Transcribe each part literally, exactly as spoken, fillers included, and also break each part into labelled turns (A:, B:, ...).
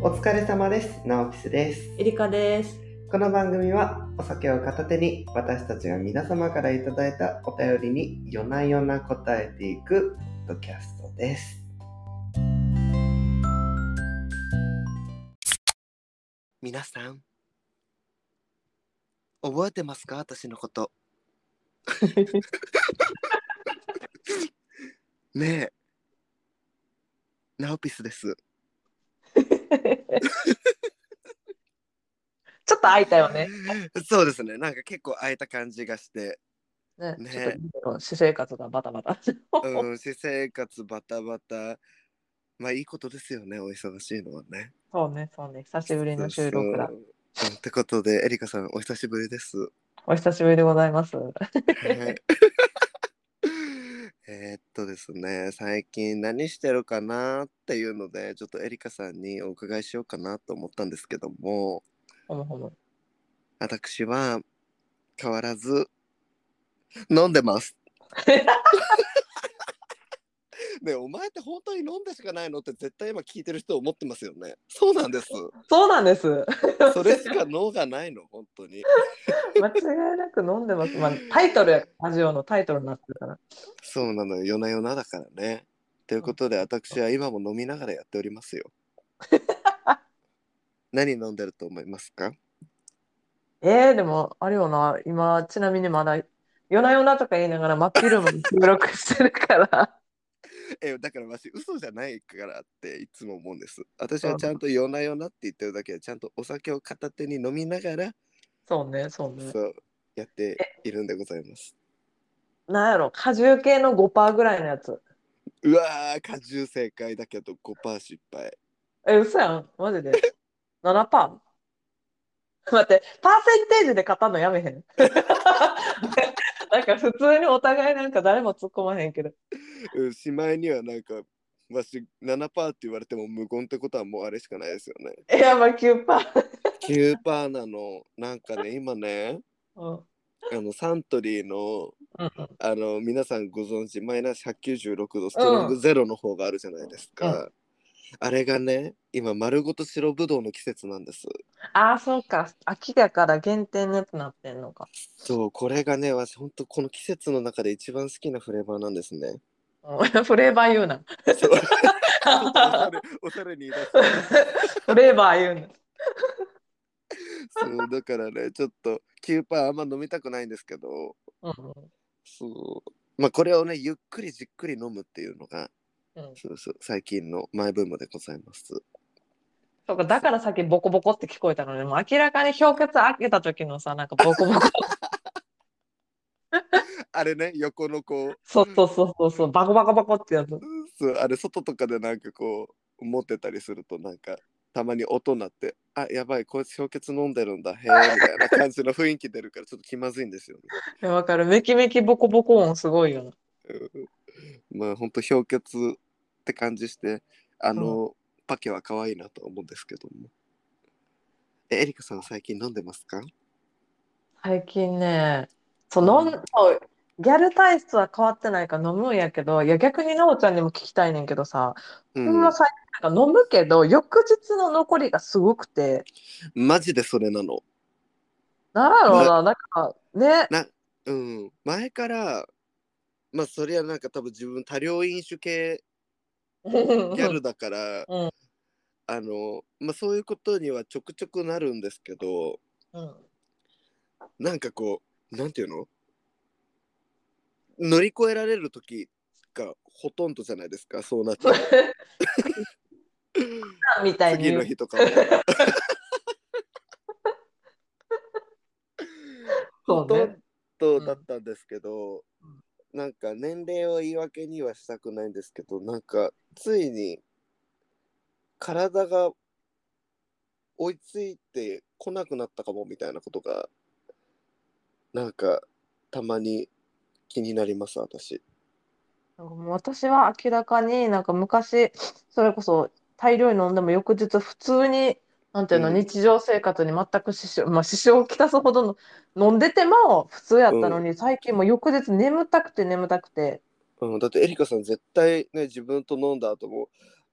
A: お疲れ様です。ナオピスです。
B: エリカです。
A: この番組はお酒を片手に私たちが皆様からいただいたお便りに夜な夜な答えていくポッドキャストです。皆さん覚えてますか？私のことねえ、ナオピスです。
B: ちょっと空いたよね。
A: そうですね。なんか結構空いた感じがして
B: ね、
A: ね。
B: ちょっといろいろ私生活がバタバタ。
A: うん、私生活バタバタ。まあいいことですよね、お忙しいのはね。
B: そうね、そうね、久しぶりの収
A: そう
B: 録だ。
A: うん、ってことでエリカさんお久しぶりです。
B: お久しぶりでございます。
A: はいえーっとですね、最近何してるかなっていうので、ちょっとエリカさんにお伺いしようかなと思ったんですけども、
B: ほもほも。
A: 私は変わらず飲んでます。ねえ、お前って本当に飲んでしかないのって絶対今聞いてる人思ってますよね。そうなんです。
B: そうなんです。
A: それしか脳がないの、本当に。
B: 間違いなく飲んでます。まあ、タイトルや、ラジオのタイトルになってるから。
A: そうなのよ、夜な夜なだからね。ということで、私は今も飲みながらやっておりますよ。何飲んでると思いますか？
B: えー、でも、あれよな、今、ちなみにまだ、夜な夜なとか言いながら真っ昼間に収録してるから。
A: え、だからわし嘘じゃないからっていつも思うんです。私
B: うん、
A: はちゃんと夜な夜なって言ってるだけで、ちゃんとお酒を片手に飲みながら、
B: そうね、そうね。
A: そう、やっているんでございます。
B: なんやろ、果汁系のごパーセントぐらいのやつ。
A: うわー、果汁正解だけどごパーセント失敗。
B: え、嘘やん。マジで。ななパーセント？ 待って、パーセンテージで語るのやめへん。なんか普通にお互いなんか誰も突っ込まへんけど。
A: うん、しまいにはなんか、わしななパーセントって言われても無言ってことはもうあれしかないですよね。
B: いや、まあきゅうパーセント。
A: きゅうパーセントなの。なんかね、今ね、
B: うん。
A: あのサントリーの
B: うん
A: あの皆さんご存知マイナスひゃくきゅうじゅうろくどス
B: う
A: トロング
B: ん。
A: ゼロの方があるじゃないです
B: うん。
A: か。あれがね、今丸ごと白ぶどうの季節なんです。
B: ああ、そうか。秋だから限定のやつなってんのか。
A: そう、これがね、私ほんとこの季節の中で一番好きなフレーバーなんですね。
B: うん、フレーバー言うな。
A: そうちょっとおしゃれ、おしゃれに言い出した。
B: フレーバー言うな。
A: そう、だからね、ちょっときゅうパーセントあんま飲みたくないんですけど、
B: うん。
A: そう、まあこれをね、ゆっくりじっくり飲むっていうのが、
B: うん。
A: そうそう、最近のマイブームでございます。
B: そうか、だからさっきボコボコって聞こえたので、もう明らかに氷結開けた時のさ、なんかボコボコ。
A: あれね、横のこう、
B: そうそうそうそうそう、バコバコバコってやつ。
A: そう、あれ外とかでなんかこう持ってたりするとなんかたまに音鳴って、あ、やばい、こいつ氷結飲んでるんだ、へえ、みたいな感じの雰囲気出るからちょっと気まずいんですよね。
B: いや、わかる。メキメキボコボコ音すごいよな。
A: うん、まあほんと氷結って感じして、あ
B: うん。
A: の、パケは可愛いなと思うんですけども。え、エリカさん最近飲んでますか？
B: 最近ね、そう、飲ん、
A: うん。
B: そう、ギャル体質は変わってないから飲むんやけど、いや、逆になおちゃんにも聞きたいねんけどさ、
A: うん。
B: ほんま最近なんか飲むけど、翌日の残りがすごくて、
A: マジでそれなの。
B: なんやろう
A: ま、
B: な、なんかね、
A: な、うん。前から、まあそりゃなんか多分自分多量飲酒系ギャルだから、
B: うん、
A: あの、まあ、そういうことにはちょくちょくなるんですけど、
B: うん。
A: なんかこう、なんていうの、乗り越えられる時がほとんどじゃないですか、そうなっちゃうと。
B: みたいに言う。
A: 次の日とかも。ほとん
B: そうね。
A: どだっ
B: うん。
A: たんですけど、なんか年齢を言い訳にはしたくないんですけど、なんかついに体が追いついてこなくなったかもみたいなことが、なんかたまに気になります、私。
B: なんかもう私は明らかになんか昔、それこそ大量に飲んでも翌日普通に、なんていうの、
A: うん。
B: 日常生活に全く支障、まあ支障をきたすほどの飲んでても普通や
A: うん。
B: ったのに、最近もう翌日眠たくて眠たくて、
A: うん、だってエリカさん絶対ね、自分と飲んだ後も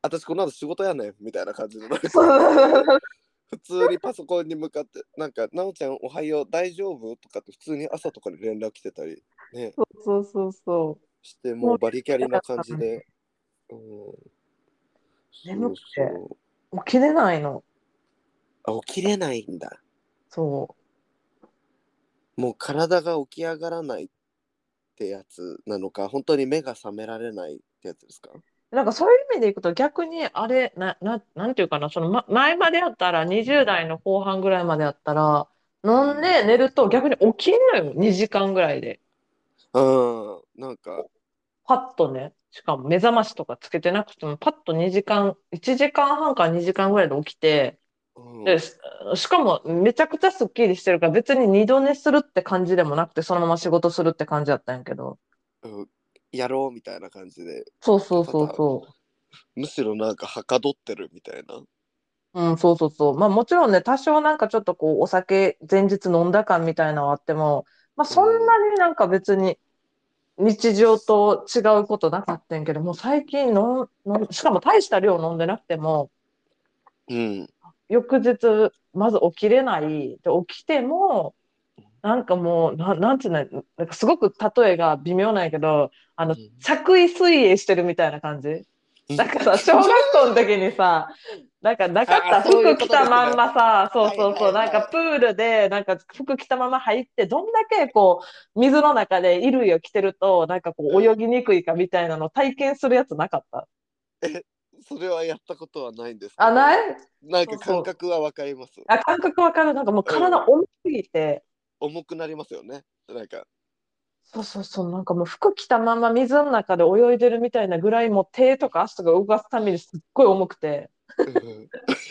A: 私この後仕事やねんみたいな感じのなんか
B: そう
A: 普通にパソコンに向かってなんか「なおちゃんおはよう大丈夫?」とかって普通に朝とかに連絡来てたりね
B: そうそうそ
A: して
B: う。もう
A: もうバリキャリな感じで、うん、そう
B: 眠くて
A: そう
B: 起きれないの。
A: あ起きれないんだ。
B: そ
A: もう体が起き上がらないってやつなのか本当に目が覚められないってやつですか？
B: う。なんかそういう意味でいくと逆にあれ、な、な、なんていうかな、その、ま、前までやったらにじゅう代の後半ぐらいまでやったら、飲ん
A: うん
B: で寝ると逆に起きんのよ。にじかんぐらいで。
A: うんなんか
B: パッとね。しかも目覚ましとかつけてなくても、パッとにじかん、いちじかんはんからにじかんぐらいで起きて、で、
A: うん
B: ししかもめちゃくちゃスッキリしてるから別に二度寝するって感じでもなくて、そのまま仕事するって感じだったんやけど。
A: うんやろうみたいな感じで
B: そうそう
A: パパパ
B: そうそ
A: むしろなんかはかどってるみたいな。
B: う。うん、そうそうそう。まあもちろんね、多少なんかちょっとこう、お酒前日飲んだ感みたいなのはあっても、まあそん
A: うん
B: なになんか別に日常と違うことなかったんやけど、もう最近飲ん、飲んしかも大した量飲んでなくても、
A: うん
B: 翌日まず起きれない。で、起きても、なんかもう、な、なんつうの、なんかすごく例えが微妙なんやけど、あの、
A: うん
B: 着衣水泳してるみたいな感じ。
A: うん
B: なんかさ、小学校の時にさ、なんかなかった
A: ああそういう
B: 服着
A: こと
B: たまん
A: ですね。
B: まさ、そう
A: はい
B: そうそう、なん
A: はいはい。
B: かプールで、なんか服着たまま入って、どんだけこう、水の中で衣類を着てると、なんかこう、泳
A: うん
B: ぎにくいかみたいなのを体験するやつなかった。
A: えそれはやったことはないんですけ
B: あ、
A: ど
B: ない
A: なんか
B: そうそう。
A: 感覚はわかります。
B: あ、感覚わかる。なんかもう体
A: うん
B: 重すぎて、
A: 重くなりますよねなんか。
B: そうそうそう、なんかもう服着たまま水の中で泳いでるみたいなぐらい、もう手とか足とか動かすためにすっごい重くて。
A: うん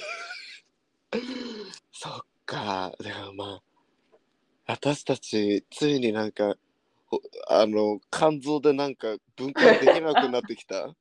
A: そっかでもまあ私たちついになんかほあの肝臓でなんか分解できなくなってきた。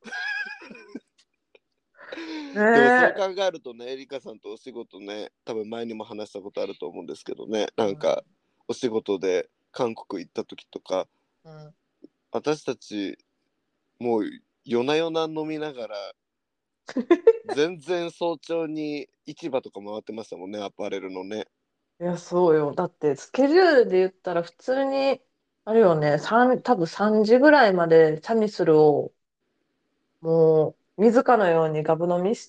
B: ね
A: でもそう考
B: え。
A: えるとねエリカさんとお仕事ね多分前にも話したことあると思うんですけどね
B: うん、
A: なんかお仕事で韓国行った時とか
B: うん。
A: 私たちもう夜な夜な飲みながら全然早朝に市場とか回ってましたもんねアパレルのね。
B: いや、そうよ。だって、スケジュールで言ったら普通に、あれよね、三多分さんじぐらいまでチャミスルを、もう、水かのようにガブ飲みして、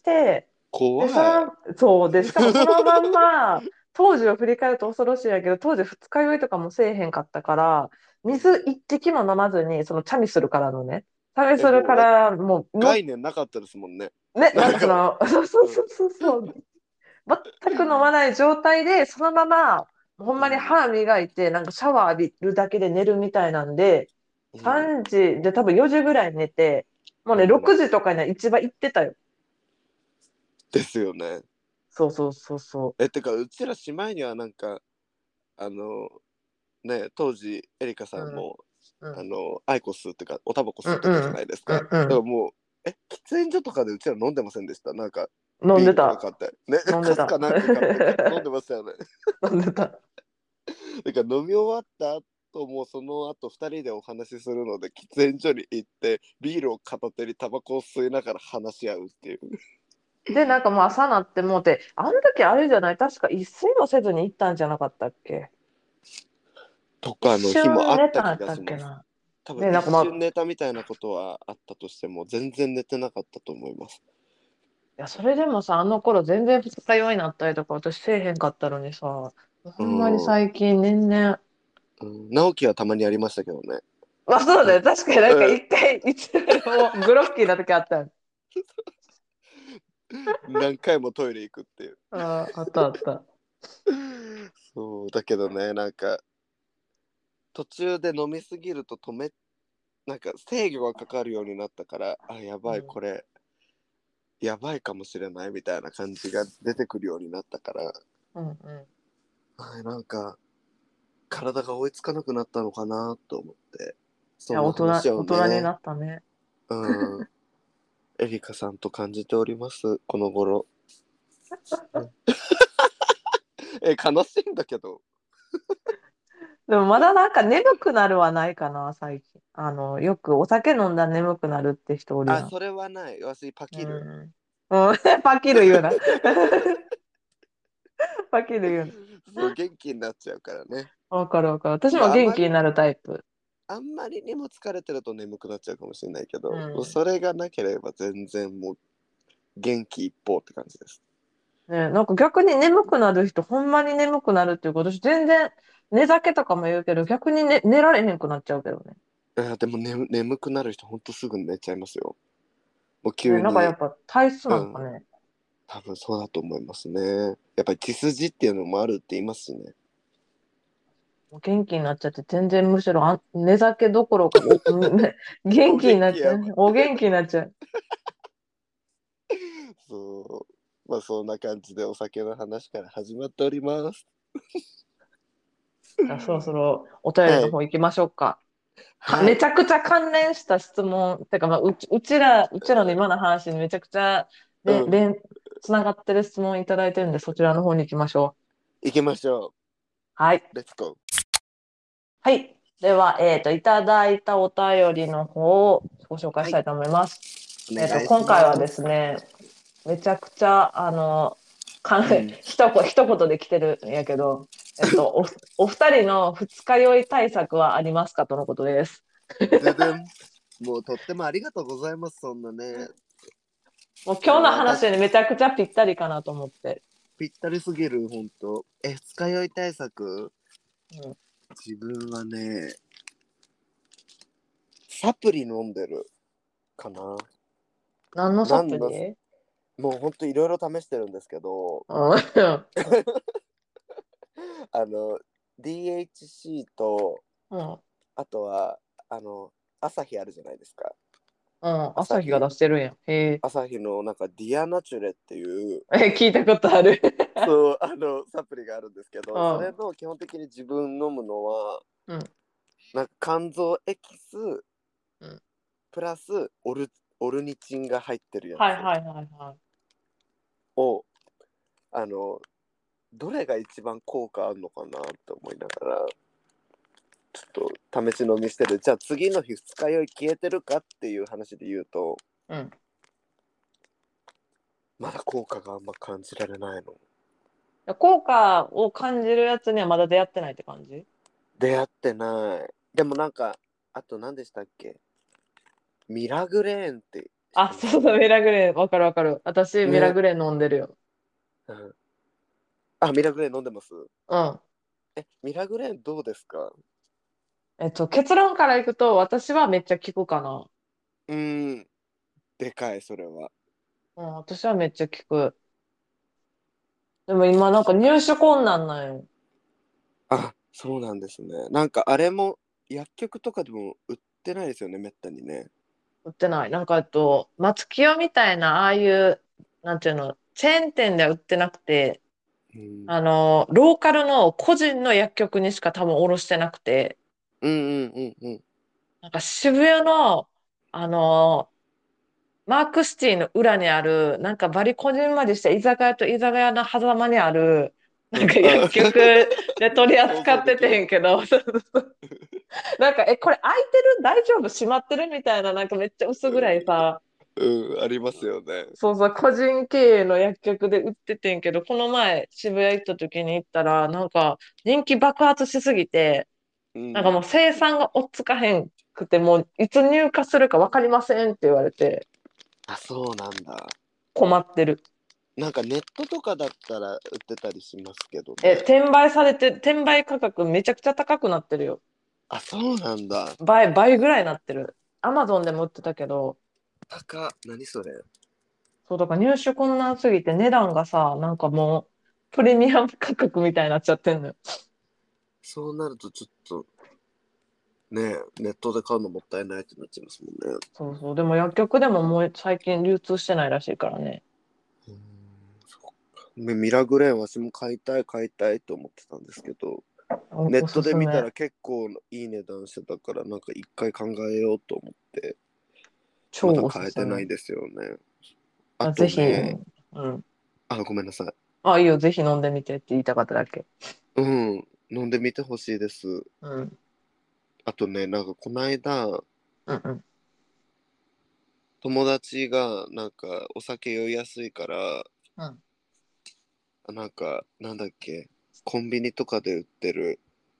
B: で、そ
A: 怖い。
B: の、そう、で、しかもそのまんま、当時を振り返ると恐ろしいんやけど、当時二日酔いとかもせえへんかったから、水一滴も飲まずに、そのチャミするからのね、チャミするか
A: えもうわ
B: ら、もう、も
A: 概念なかったですもんね。
B: う、ね、なん
A: なんか、
B: かその、そうそう
A: うん
B: そうそうそう、全く飲まない状態で、そのまま、ほんまに
A: うん
B: 歯磨いて、なんかシャワー浴びるだけで寝るみたいなんで、
A: うん
B: さんじで多分よじぐらいに寝て、もうね、
A: うん
B: ろくじとかには市場行ってたよ。
A: ですよね。
B: そうそうそうそ
A: えてかうちら姉妹にはなんかあのね当時エリカ
B: う。うん、
A: さんも
B: うん、
A: あのアイコスっていうかおタバコ
B: うん、
A: 吸ってたじゃないですか。
B: うん、うん、
A: だからもうえ喫煙所とかでうちら飲んでませんでしたなんか
B: うん。飲ん
A: ビールとか
B: でた。
A: 買ってね
B: 飲んでた。
A: カスかなんか買ってか飲んでましたよね。
B: 飲んでた。
A: だから飲み終わった後もその後ふたりでお話しするので喫煙所に行ってビールを片手にタバコを吸いながら話し合うっていう。
B: で、なんかもう朝なってもうて、あの時あれじゃない確か一睡もせずに行ったんじゃなかったっけ？
A: と
B: 一
A: かの日もあった気
B: 瞬寝たんやっ
A: がします。
B: たっけな。ね、
A: 多分一
B: なんかまあ、
A: 瞬寝たみたいなことはあったとしても全然寝てなかったと思います。
B: いや、それでもさ、あの頃全然二日酔いになったりとか私せえへんかったのにさ、
A: う
B: ほんまに
A: ん、
B: 最近年々、
A: うん、直樹はたまにありましたけどね。
B: まあそうだ
A: あ
B: よ。確かになんか
A: うん
B: 一回、いつもグロッキーな時あったよ。
A: 何回もトイレ行くっていう。
B: ああ、あったあった。
A: そうだけどねなんか途中で飲みすぎると止めなんか制御がかかるようになったからあやばい
B: うん、
A: これやばいかもしれないみたいな感じが出てくるようになったから
B: うん、うん。
A: はいなんか体が追いつかなくなったのかなと思って
B: いや、
A: そんな
B: 大人、
A: 話を
B: 大人にな
A: ね
B: ったね。
A: うんエリカさんと感じておりますこの頃。うんえ悲しいんだけど
B: でもまだなんか眠くなるはないかな、最近。 あの、よくお酒飲んだら眠くなるって人おる
A: あ、
B: やん。
A: それはない。わし、パキる。
B: うん。うん、パキる言うな。パキる言うな。
A: そう、元気になっちゃうからね。
B: わかるわかる。私も
A: まあ、あんまり、
B: 元気になるタイプ。
A: あんまりにも疲れてると眠くなっちゃうかもしれないけ
B: う
A: ど、
B: ん。
A: それがなければ全然もう元気一方って感じです。
B: ね、なんか逆に眠くなる人、ほんまに眠くなるっていうこと、私全然寝酒とかも言うけど、逆に、ね、寝られへんくなっちゃうけどね。
A: あでも、ね、眠くなる人ほんとすぐ寝ちゃいますよ。もう
B: ね、
A: 急に。
B: なんかやっぱ体質
A: うん。
B: なんかね。
A: 多分そうだと思いますね。やっぱり血筋っていうのもあるって言いますしね。
B: もう元気になっちゃって、全然むしろあ寝酒どころか、お、ね、元
A: お
B: 気になっちゃう。
A: 元気やば。
B: お元気になっちゃう。
A: そう。まあそんな感じでお酒の話から始まっております。
B: じゃあそろそろお便り
A: はい。
B: の方行きましょうか。か
A: はい。
B: めちゃくちゃ関連した質問。てか、まあ、うち、うちら、うちらの今の話にめちゃくちゃ、ね、
A: うん。
B: 連、つながってる質問いただいてるんで、そちらの方に行きましょう。
A: 行きましょ
B: はい。
A: う。レッツゴ
B: はい。では、えっと、いただいたお便りの方をご紹
A: ー。はい。
B: 介したいと思います。えっと、
A: お願いし
B: 今回はです
A: ます。
B: ね、めちゃくちゃ、あの、かん、
A: うん。
B: 一言、一言で来てるんやけど、えっと、お、お二人の二日酔い対策はありますかとのことです。
A: ででん。もうとってもありがとうございます。そんなね。
B: もう今日の
A: もう私、
B: 話にめちゃくちゃぴったりかなと思って。
A: ぴったりすぎる、ほんと。え、二日酔い対策。
B: うん、
A: 自分はね、サプリ飲んでるかな。
B: 何のサ
A: なんの、
B: プリ？
A: もうほんといろいろ試してるんですけど、
B: うん。
A: あの、ディーエイチシー と、
B: うん。
A: あとは、あの、朝日あるじゃないですか。
B: うん。朝日が
A: 朝日。
B: 出してるんや。へえ。
A: 朝日のなんかディアナチュレっていう、
B: え、聞いたことある。
A: そう、あの、サプリがあるんですけど、それ
B: うん。
A: の基本的に自分飲むのは、
B: うん。
A: なんか肝臓エキス、
B: うん。
A: プラスオル、オルニチンが入ってるやつ
B: はいはいはいはい。
A: を、あの、どれが一番効果あるのかなって思いながら、ちょっと試し飲みしてる。じゃあ次の日二日酔い消えてるかっていう話で言うと、
B: うん。
A: まだ効果があんま感じられないの。
B: 効果を感じるやつにはまだ出会ってないって感じ？
A: 出会ってない。でもなんか、あと何でしたっけ、ミラグレーンって知っ
B: あ、
A: てます？
B: そうそう、ミラグレー。わかるわかる。私、ミラ
A: ね。
B: グレー飲んでるよ。
A: うん。あ、ミラグレーン飲んでます？
B: うん。
A: え、ミラグレーンどうですか？
B: えっと、結論からいくと、私はめっちゃ効くかな。
A: うーん、でかい、それは。
B: うん、私はめっちゃ効く。でも今なんか入手困難なんよ。
A: あ、そうなんですね。なんかあれも薬局とかでも売ってないですよね、めったにね。
B: 売ってない。なんか、えっと、松清みたいな、ああいう、なんていうの、チェーン店では売ってなくて、
A: うん、
B: あの、ローカルの個人の薬局にしか多分卸してなくて、
A: うんうんうんうん。
B: なんか渋谷の、あの、マークシティの裏にある、なんかバリこじんまりした居酒屋と居酒屋の狭間にある、なんか
A: うん、あ、
B: 薬局で取り
A: 想
B: 扱って
A: 像できる。
B: てんけど、なんか、え、これ開いてる大丈夫閉まってるみたいな、なんかめっちゃ薄暗いさ、
A: うん、うん、ありますよね。
B: そうそう、個人経営の薬局で売っててんけど、この前渋谷行った時に行ったら、なんか人気爆発しすぎて、
A: うん。
B: なんかもう生産が追っつかへんくて、もういつ入荷するか分かりませんって言われて、
A: あ、そうなんだ。
B: 困ってる。
A: なんかネットとかだったら売ってたりしますけど
B: え、
A: ね。
B: 転売されて、転売価格めちゃくちゃ高くなってるよ。
A: あ、そうなんだ。
B: 倍、倍ぐらいになってる。アマゾンでも売ってたけど、
A: 高っ。何それ。
B: そう、だから入手困難すぎて値段がさ、なんかもう、プレミアム価格みたいになっちゃってんのよ。
A: そうなるとちょっとね、ネットで買うのもったいないってなっちゃいますもんね。
B: そうそう。でも薬局でももう最近流通してないらしいからね。
A: うーん、そっか。ミミラグレーン私も買いたい買いたいと思ってたんですけど、ネ
B: お、お
A: ットで見た
B: すすめ。
A: ら結構いい値段してたから、なんか一回考えようと思って、まだ
B: 超おすすめ。
A: 買えてないんですよね。あ
B: あ、ぜひ、う
A: とね、
B: ん。うん。
A: あ、ごめんなさい。
B: あ、いいよ、ぜひ飲んでみてって言いたかっただけ。
A: うん、飲んでみてほしいです。
B: うん。
A: あとね、なんかこの間、
B: うんうん。
A: 友達がなんかお酒酔いやすいから、
B: うん。
A: あなんか、なんだっけ、コンビニとかで売ってる、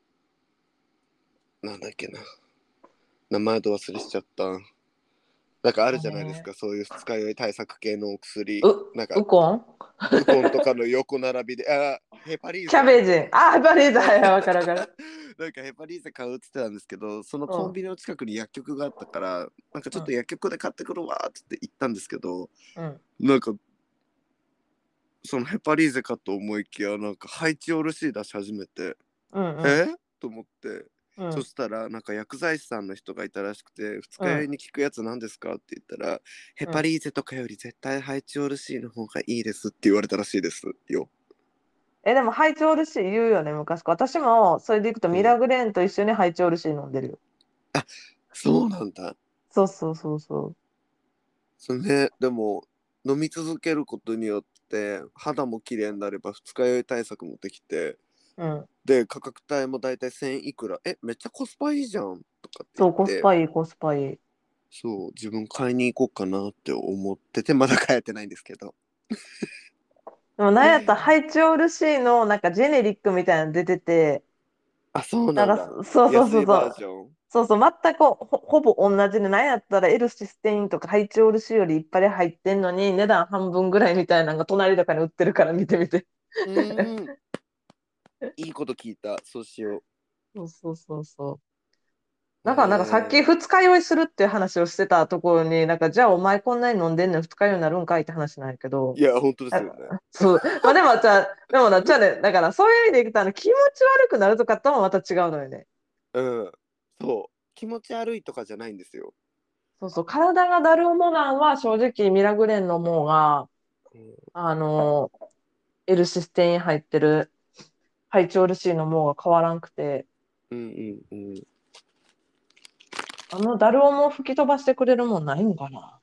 A: なんだっけな、名前と忘れしちゃった。なんかあるじゃないです
B: え
A: か、そういう二日酔い対策系のお薬。
B: ー、
A: なんか、
B: ウ、ウコン
A: ウコンとかの横並びで、あ、ヘパリー
B: キャ
A: ゼ。
B: ベジン。あ、バリーだ。はいはい、わかるわかる。
A: なんかヘパリーゼ買うって言ってたんですけど、その
B: うん。
A: コンビニの近くに薬局があったから、なんかちょっと
B: うん。
A: 薬局で買ってくるわって言って行ったんですけど、
B: うん。
A: なんかそのヘパリーゼかと思いきや、なんかハイチオール C 出し始めて、
B: うんうん。
A: えと思って、
B: うん。
A: そしたらなんか薬剤師さんの人がいたらしくて、二
B: うん。
A: 日酔いに効くやつなんですかって言ったら、ヘ
B: うん。
A: パリーゼとかより絶対ハイチオール C の方がいいですって言われたらしいですよ。
B: え、でも、ハイチョール C 言うよね、昔から。私も、それでいくと、
A: うん。
B: ミラグレーンと一緒にハイチョール C 飲んでるよ。
A: あ、そうなんだ。
B: そうそうそうそ
A: それね、でも飲み続けることによって肌も綺麗になれば二日酔い対策もできて、
B: う。うん。
A: で価格帯もだいたいせんいくら、えめっちゃコスパいいじゃんとかって
B: そう、コス
A: 言って、
B: パいい、コスパいい。
A: そう自分買いに行こうかなって思ってて、まだ買えてないんですけど。
B: でも、なんやったら、ハイチョール C の、なんか、ジェネリックみたいなの出てて、
A: あ、そうなんだ。
B: なんか、そうそう
A: 安い
B: そうそう。
A: バージョン。
B: そうそう、全くほ、ほぼ同じで、なんやったら L システインとかハイチョール C よりいっぱい入ってんのに、値段半分ぐらいみたいなのが隣とかに売ってるから見てみて。
A: うーん、いいこと聞いた。そうしよ
B: そうそうそうそう。
A: う。
B: だからなんかさっき
A: え
B: 二日酔いするっていう話をしてたところに、なんかじゃあお前こんなに飲んでんのに二日酔いになるんかいって話なんやけど、
A: ー、いや本当です
B: あ
A: よね。
B: そう。まあでもじゃあ、でもな、じゃあね、だからそういう意味でいくとあの気持ち悪くなるとかともまた違うのよね。
A: うん、そう気持ち悪いとかじゃないんですよ。
B: そうそう。体がだるおもなんは正直ミラグレンの方が、
A: うん、
B: あの、L システイン入ってるハイチョール C の方が変わらんくて、
A: うんうんうん。
B: あのだるおも吹き飛ばしてくれるもんないんかな。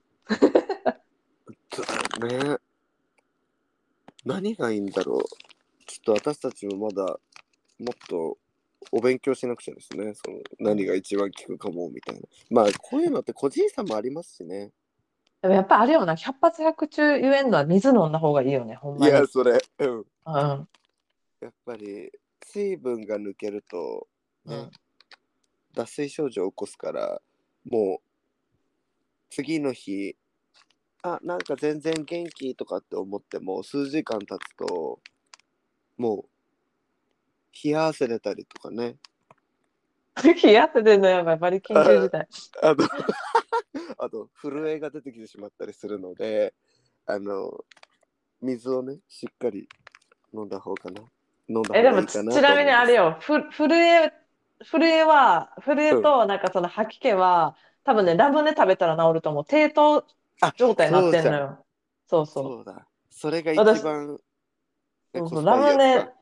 A: そうだよね。何がいいんだろう。ちょっと私たちもまだもっとお勉強しなくちゃですね。その何が
B: うん。
A: 一番効くかもみたいな。まあこういうのって個人差もありますしね。
B: でもやっぱあれよな、百発百中言えんのは水飲んだ方がいいよね、ほん
A: いや、
B: まに。
A: それ、うん。
B: うん。
A: やっぱり水分が抜けるとね、
B: うん。
A: 脱水症状を起こすから、もう次の日、あ、なんか全然元気とかって思っても数時間経つと、もう冷や汗出たりとかね。
B: 冷や汗出んのやばい、バリ緊急
A: あ、
B: 事態。
A: あのあと震えが出てきてしまったりするので、あの水をねしっかり飲んだ方かな飲んだ
B: え、
A: 方
B: でもち、
A: がいいかな
B: ちなみ
A: と思います。
B: にあれよ、ふ、震え、震えは、震え
A: うん。
B: と、なんかその吐き気は、多分ね、ラムネ食べたら治ると思う。低糖
A: あ、
B: 状態になっ
A: そうじゃん。
B: てんのよ。そうそう。
A: そうだ。それが一
B: 私、
A: 番、ね、
B: そうそう、
A: コスパ
B: ラムネ、
A: いいやつだ。
B: うん。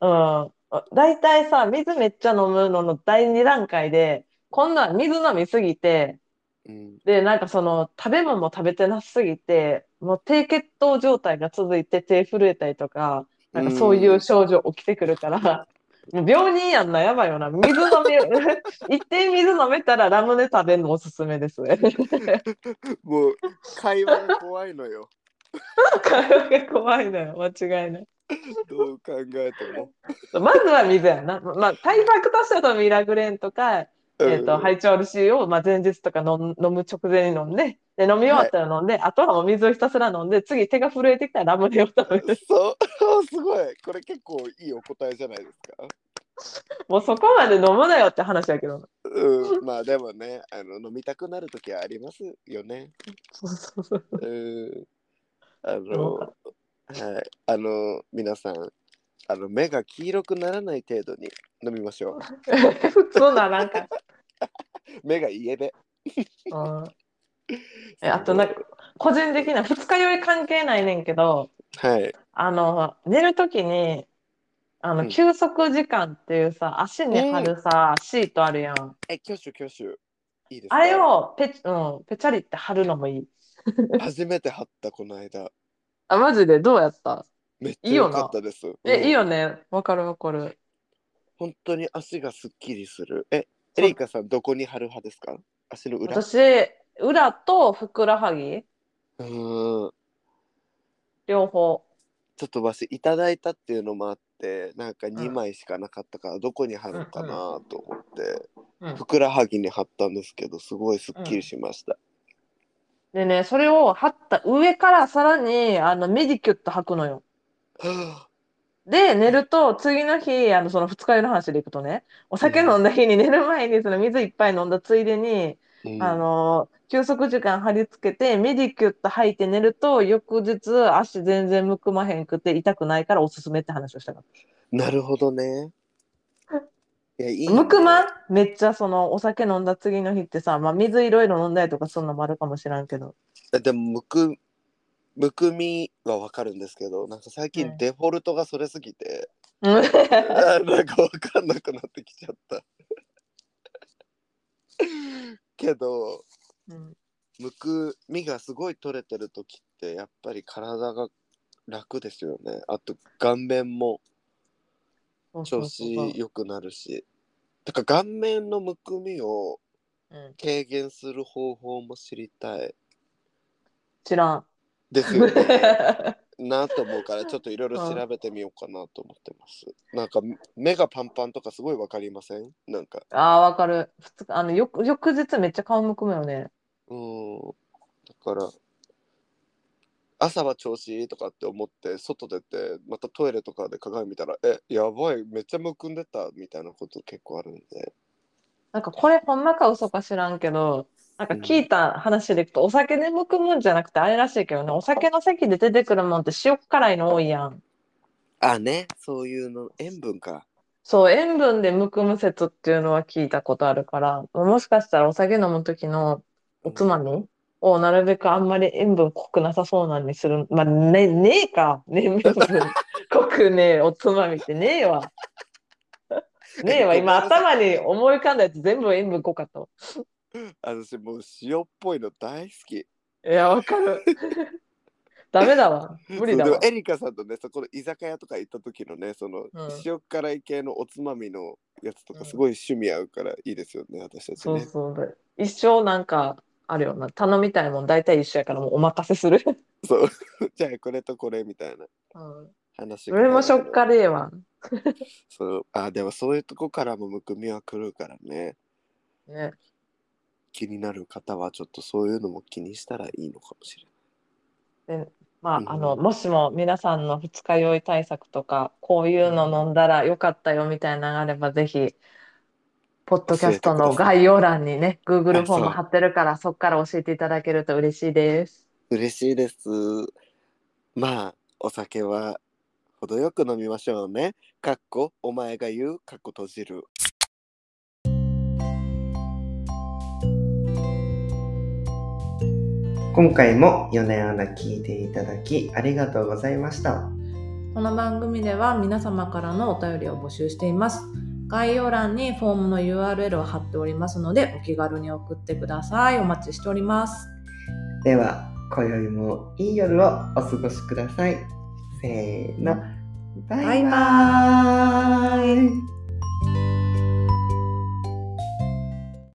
B: 大体さ、水めっちゃ飲むののだいに段階で、今度は水飲みすぎて、
A: うん。
B: で、なんかその、食べ物も食べてなさすぎて、もう低血糖状態が続いて手震えたりとか、
A: う
B: なんかそういう
A: ん。
B: 症状起きてくるから、もう病人やんな、やばいよな。水飲み、一定水飲めたらラムネ食べるのおすすめですね。
A: もう、会話が怖いのよ。
B: 会話が怖いのよ、間違いない。
A: どう考えても。
B: まずは水やんな。まあ、対策としてはそのミラグレーンとか、
A: う
B: えっと、ハ
A: ん。
B: イチョール C を、まあ、前日とか飲む飲む直前に飲んで、で、飲み終わっ
A: はい。
B: たら飲んで、あとはもう水をひたすら飲んで、次手が震えてきたらラムネを食べる。
A: そう。すごい。これ結構いいお答えじゃないですか。
B: もうそこまで飲むなよって話やけどな。
A: うん。まあでもね、あの飲みたくなるときはありますよね。
B: そうそうそう。
A: うん。あの、
B: でもか
A: はい。あの、皆さん、あの、目が黄色くならない程度に飲みましょ
B: 普通ならんか。
A: う。目がイエベ。
B: うん。え、あとなんか、
A: そう。
B: 個人的な二日酔い関係ないねんけど、
A: はい。
B: あの、寝るときに、あの、
A: うん。
B: 休息時間っていうさ、足に貼
A: うん。
B: るさ、シートあるやん。
A: え、挙手挙手。いいです
B: あれ
A: か？
B: をペチ、うん、ペチャリって貼るのもいい。
A: 初めて貼った、この間。
B: あ、マジでどうやった？
A: めっちゃ良
B: いいよな。
A: かったです。
B: え、いい
A: うん。
B: よね。わかるわかる。
A: 本当に足がすっきりする。え、 エリカさんどこに貼る派ですか？足の裏？
B: 私、裏とふくらはぎ、
A: うーん。
B: 両方。
A: ちょっとわしいただいたっていうのもあって、なんか
B: うん。
A: にまいしかなかったからどこに貼
B: うん
A: ろうかなと思って
B: うん。うん。
A: ふくらはぎに貼ったんですけど、すごいすっきり
B: うん。
A: しました。
B: でね、それを貼った上からさらに、あの、メディキュット履くのよ。
A: は
B: で、寝ると、次の日、あの、その二日酔いの話でいくとね、お
A: ぁ、うん、
B: 酒飲んだ日に寝る前に、その水いっぱい飲んだついでに、あ
A: うん、
B: の、休息時間貼り付けて、メディキュット履いて寝ると、翌日、足全然むくまへんくて痛くないからおすすめって話をしたかっ
A: なるほどね。いや、い
B: た。
A: いね。
B: むくまんめっちゃ、その、お酒飲んだ次の日ってさ、まあ、水いろいろ飲んだりとか、そんなのもあるかもしらんけど。
A: でもむくむくみはわかるんですけど、なんか最
B: うん。
A: 近デフォルトがそれすぎて、
B: うん。
A: あなんかわかんなくなってきちゃったけど、
B: うん。
A: むくみがすごい取れてる時ってやっぱり体が楽ですよね。あと顔面も調
B: そうそうそうそ
A: 子良くなるし、だから顔面のむくみを
B: う。うん。
A: 軽減する方法も知りたい
B: 知らん。
A: ですよね。なと思うからちょっといろいろ
B: うん。
A: 調べてみようかなと思ってます。なんか目がパンパンとかすごいわかりません？なんか
B: ああ、わかる。普通、あの、よく、翌日めっちゃ顔むくむよね。
A: うーん、だから朝は調子いいとかって思って外出てまたトイレとかで鏡見たらえやばいめっちゃむくんでたみたいなこと結構あるんで、
B: なんかこれほんまか嘘か知らんけど、なんか
A: うん、
B: 聞いた話でいくと、お酒でむくむんじゃなくてあれらしいけどね、お酒の席で出てくるもんって塩辛いの多いやん。
A: あね、そういうの塩分か。
B: そう、塩分でむくむ説っていうのは聞いたことあるから、もしかしたらお酒飲む時のおつ
A: うん、
B: まみをなるべくあんまり塩分濃くなさそうなんにする。まあ、ね、ねえか。ね、塩分濃くねえおつまみってねえわ。ねえわ。今
A: えごめんなさい、
B: 頭に思い浮かんだやつ全部塩分濃かったわ。
A: 私もう塩っぽいの大好き。
B: いや、わかる。ダメだわ。無理
A: そうでも
B: だわ。
A: エリカさんとねそこの居酒屋とか行った時のねその
B: うん。
A: 塩辛い系のおつまみのやつと
B: うん。
A: かすごい趣味合うからいいですよね私たち
B: そう
A: ね。
B: そうで。一生なんか、あるよな。頼みたいもん大体一緒やからもうお任せする。
A: そうじゃあこれとこれみたいな
B: うん。
A: 話が
B: それもしょっ
A: 入るけど、
B: かりえわ。
A: そうあでもそういうとこからもむくみは来るからね。
B: ね。
A: 気になる方はちょっとそういうのも気にしたらいいのかもしれ
B: で、ま
A: ない。
B: あ、あの、
A: うん、
B: もしも皆さんの二日酔い対策とか、こういうの飲んだらよかったよみたいなのがあれば、ぜひ、ポッドキャ
A: 教え
B: ストの
A: てください。
B: 概要欄にね、Google
A: あ、そう
B: フォーム貼ってるから、そこから教えていただけると嬉しいです。
A: 嬉しいです。まあお酒は程よく飲みましょうね。かっこお前が言うかっこ閉じる。今回も米アナ聞いていただきありがとうございました。
B: この番組では皆様からのお便りを募集しています。概要欄にフォームの ユーアールエル を貼っておりますので、お気軽に送ってください。お待ちしております。
A: では今宵もいい夜をお過ごしください。せーの、バイバーイ。